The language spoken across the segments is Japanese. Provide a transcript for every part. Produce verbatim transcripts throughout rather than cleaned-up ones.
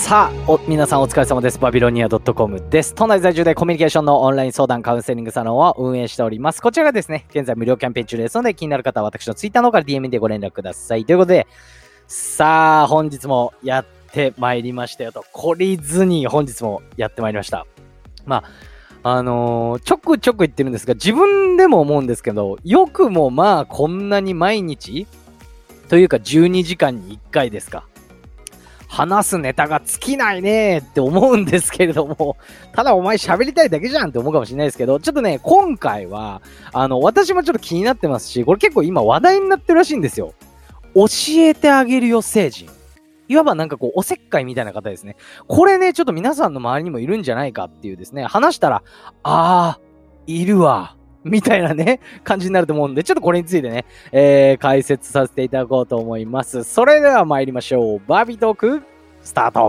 さあお皆さんお疲れ様です。バビロニア .com です。都内在住でコミュニケーションのオンライン相談カウンセリングサロンを運営しております。こちらがですね、現在無料キャンペーン中ですので、気になる方は私のツイッターの方から ディーエム でご連絡ください。ということで、さあ本日もやってまいりましたよと、懲りずに本日もやってまいりました。まああのー、ちょくちょく言ってるんですが、自分でも思うんですけど、よくもまあこんなに毎日というかじゅうにじかんにいっかいですか、話すネタが尽きないねって思うんですけれども、ただお前喋りたいだけじゃんって思うかもしれないですけど、ちょっとね、今回は、あの、私もちょっと気になってますし、これ結構今話題になってるらしいんですよ。教えてあげるよ星人。いわばなんかこう、おせっかいみたいな方ですね。これね、ちょっと皆さんの周りにもいるんじゃないかっていうですね、話したら、あー、いるわ。みたいなね、感じになると思うんで、ちょっとこれについてね、えー、解説させていただこうと思います。それでは参りましょう。バービートーク、スタート。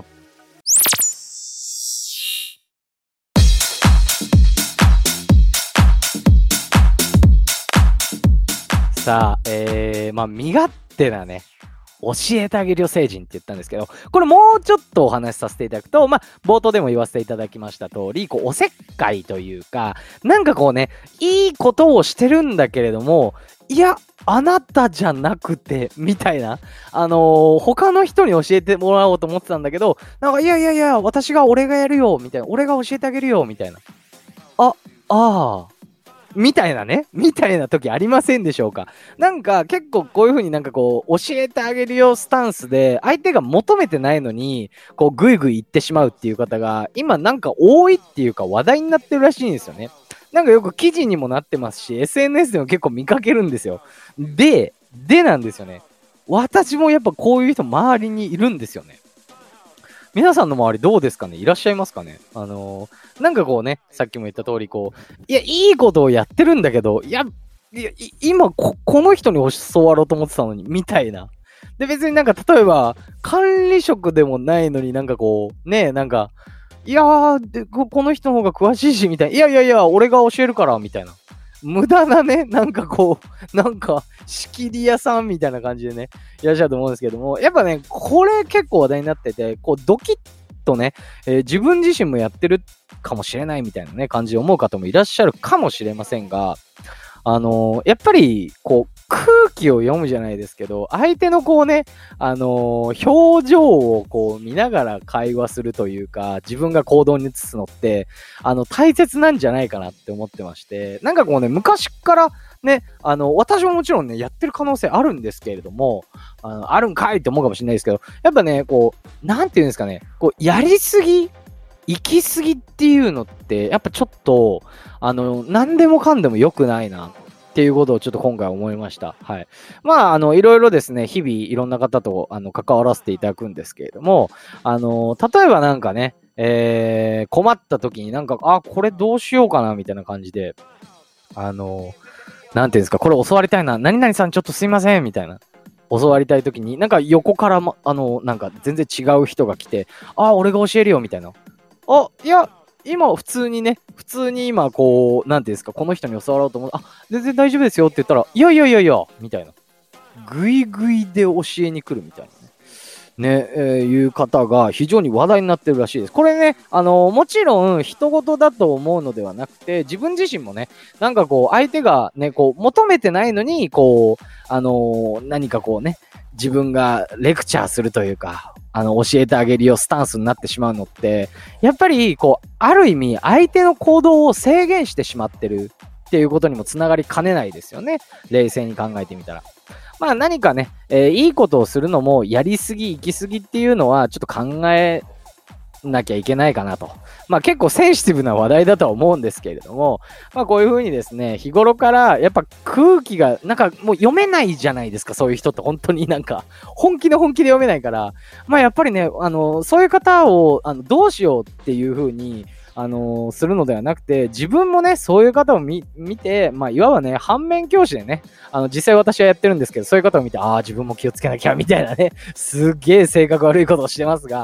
さあ、えー、まあ、身勝手なね、教えてあげるよ星人って言ったんですけど、これもうちょっとお話しさせていただくと、まあ、冒頭でも言わせていただきました通り、こう、おせっかいというか、なんかこうね、いいことをしてるんだけれども、いや、あなたじゃなくて、みたいな、あのー、他の人に教えてもらおうと思ってたんだけど、なんか、いやいやいや、私が俺がやるよ、みたいな、俺が教えてあげるよ、みたいな。あ、ああ。みたいなね、みたいな時ありませんでしょうか。なんか結構こういう風になんかこう教えてあげるよスタンスで相手が求めてないのにこうグイグイ言ってしまうっていう方が今なんか多いっていうか話題になってるらしいんですよね。なんかよく記事にもなってますし エスエヌエス でも結構見かけるんですよ。で、でなんですよね。私もやっぱこういう人周りにいるんですよね。皆さんの周りどうですかね、いらっしゃいますかね。あのー、なんかこうね、さっきも言った通りこう、いや、いいことをやってるんだけど、いや、いや今こ、この人に教わろうと思ってたのに、みたいな。で、別になんか例えば、管理職でもないのになんかこう、ね、なんか、いやーでこ、この人の方が詳しいし、みたいな。いやいやいや、俺が教えるから、みたいな。無駄なね、なんかこう、なんか、仕切り屋さんみたいな感じでね、いらっしゃると思うんですけども、やっぱね、これ結構話題になってて、こう、ドキッとね、えー、自分自身もやってるかもしれないみたいなね、感じで思う方もいらっしゃるかもしれませんが、あのー、やっぱり、こう、空気を読むじゃないですけど、相手のこうね、あのー、表情をこう見ながら会話するというか、自分が行動に移すのって、あの、大切なんじゃないかなって思ってまして、なんかこうね、昔からね、あの、私ももちろんね、やってる可能性あるんですけれども、あの、あるんかいって思うかもしれないですけど、やっぱね、こう、なんていうんですかね、こう、やりすぎ行き過ぎっていうのって、やっぱちょっと、あの、何でもかんでも良くないなっていうことをちょっと今回思いました。はい。まあ、あの、いろいろですね、日々いろんな方とあの関わらせていただくんですけれども、あの、例えばなんかね、えー、困った時になんか、あ、これどうしようかなみたいな感じで、あの、なんていうんですか、これ教わりたいな、何々さんちょっとすいませんみたいな。教わりたい時に、なんか横から、ま、あの、なんか全然違う人が来て、あ、俺が教えるよみたいな。あ、いや、今普通にね、普通に今こう、なんていうんですか、この人に教わろうと思う、あ、全然大丈夫ですよって言ったら、いやいやいやいや、みたいな。ぐいぐいで教えに来るみたいなね。ね、えー、いう方が非常に話題になってるらしいです。これね、あのー、もちろん人事だと思うのではなくて、自分自身もね、なんかこう、相手がね、こう、求めてないのに、こう、あのー、何かこうね、自分がレクチャーするというか、あの、教えてあげるよスタンスになってしまうのって、やっぱり、こう、ある意味、相手の行動を制限してしまってるっていうことにもつながりかねないですよね。冷静に考えてみたら。まあ何かね、えー、いいことをするのもやりすぎ、行き過ぎっていうのはちょっと考えなきゃいけないかなと。まあ結構センシティブな話題だとは思うんですけれども、まあこういう風にですね、日頃からやっぱ空気がなんかもう読めないじゃないですか、そういう人って本当になんか本気の本気で読めないから、まあやっぱりね、あの、そういう方をあのどうしようっていう風に、あのー、するのではなくて、自分もね、そういう方を見、見て、まあ、いわばね、反面教師でね、あの、実際私はやってるんですけど、そういう方を見て、ああ、自分も気をつけなきゃ、みたいなね、すっげえ性格悪いことをしてますが、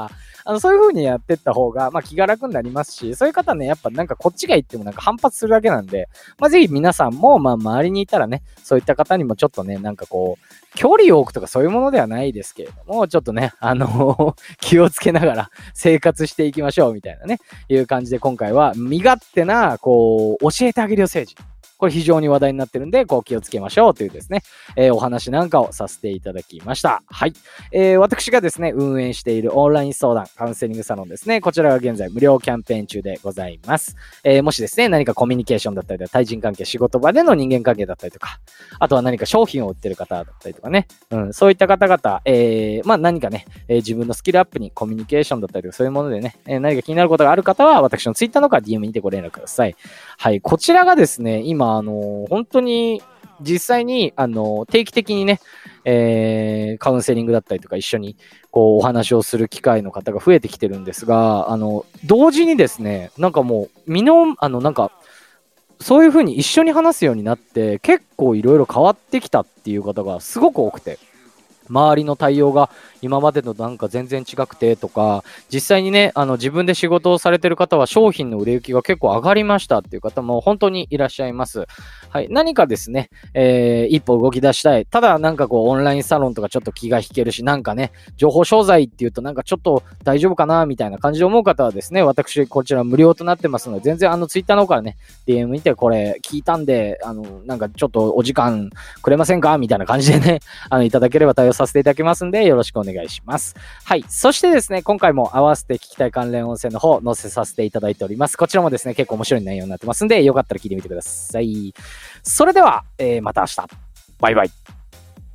あの、そういう風にやってった方が、まあ、気が楽になりますし、そういう方ね、やっぱなんかこっちが言ってもなんか反発するだけなんで、まあ、ぜひ皆さんも、まあ、周りにいたらね、そういった方にもちょっとね、なんかこう、距離を置くとかそういうものではないですけれども、ちょっとね、あの気をつけながら生活していきましょうみたいなね、いう感じで今回は身勝手な、こう、教えてあげるよ政治。これ非常に話題になってるんで、こう気をつけましょうというですね、えー、お話なんかをさせていただきました。はい。えー、私がですね、運営しているオンライン相談、カウンセリングサロンですね、こちらが現在無料キャンペーン中でございます。えー、もしですね、何かコミュニケーションだったりとか、対人関係、仕事場での人間関係だったりとか、あとは何か商品を売ってる方だったりとかね、うん、そういった方々、えー、まあ何かね、えー、自分のスキルアップにコミュニケーションだったりとか、そういうものでね、えー、何か気になることがある方は、私のツイッターの方から ディーエム にてご連絡ください。はい、こちらがですね、今、あのー、本当に、実際に、あのー、定期的にね、えー、カウンセリングだったりとか、一緒に、こう、お話をする機会の方が増えてきてるんですが、あの、同時にですね、なんかもう、身の、あの、なんか、そういう風に一緒に話すようになって、結構いろいろ変わってきたっていう方がすごく多くて、周りの対応が今までのなんか全然違くてとか、実際にね、あの自分で仕事をされてる方は商品の売れ行きが結構上がりましたっていう方も本当にいらっしゃいます。はい。何かですね、えー、一歩動き出したい。ただなんかこうオンラインサロンとかちょっと気が引けるし、なんかね、情報商材っていうとなんかちょっと大丈夫かなみたいな感じで思う方はですね、私こちら無料となってますので、全然あのツイッターの方からね、ディーエム 見てこれ聞いたんで、あの、なんかちょっとお時間くれませんかみたいな感じでね、あの、いただければ対応させていただきますんで、よろしくお願いします。はい。そしてですね、今回も合わせて聞きたい関連音声の方、載せさせていただいております。こちらもですね、結構面白い内容になってますんで、よかったら聞いてみてください。それでは、えー、また明日。バイバイ。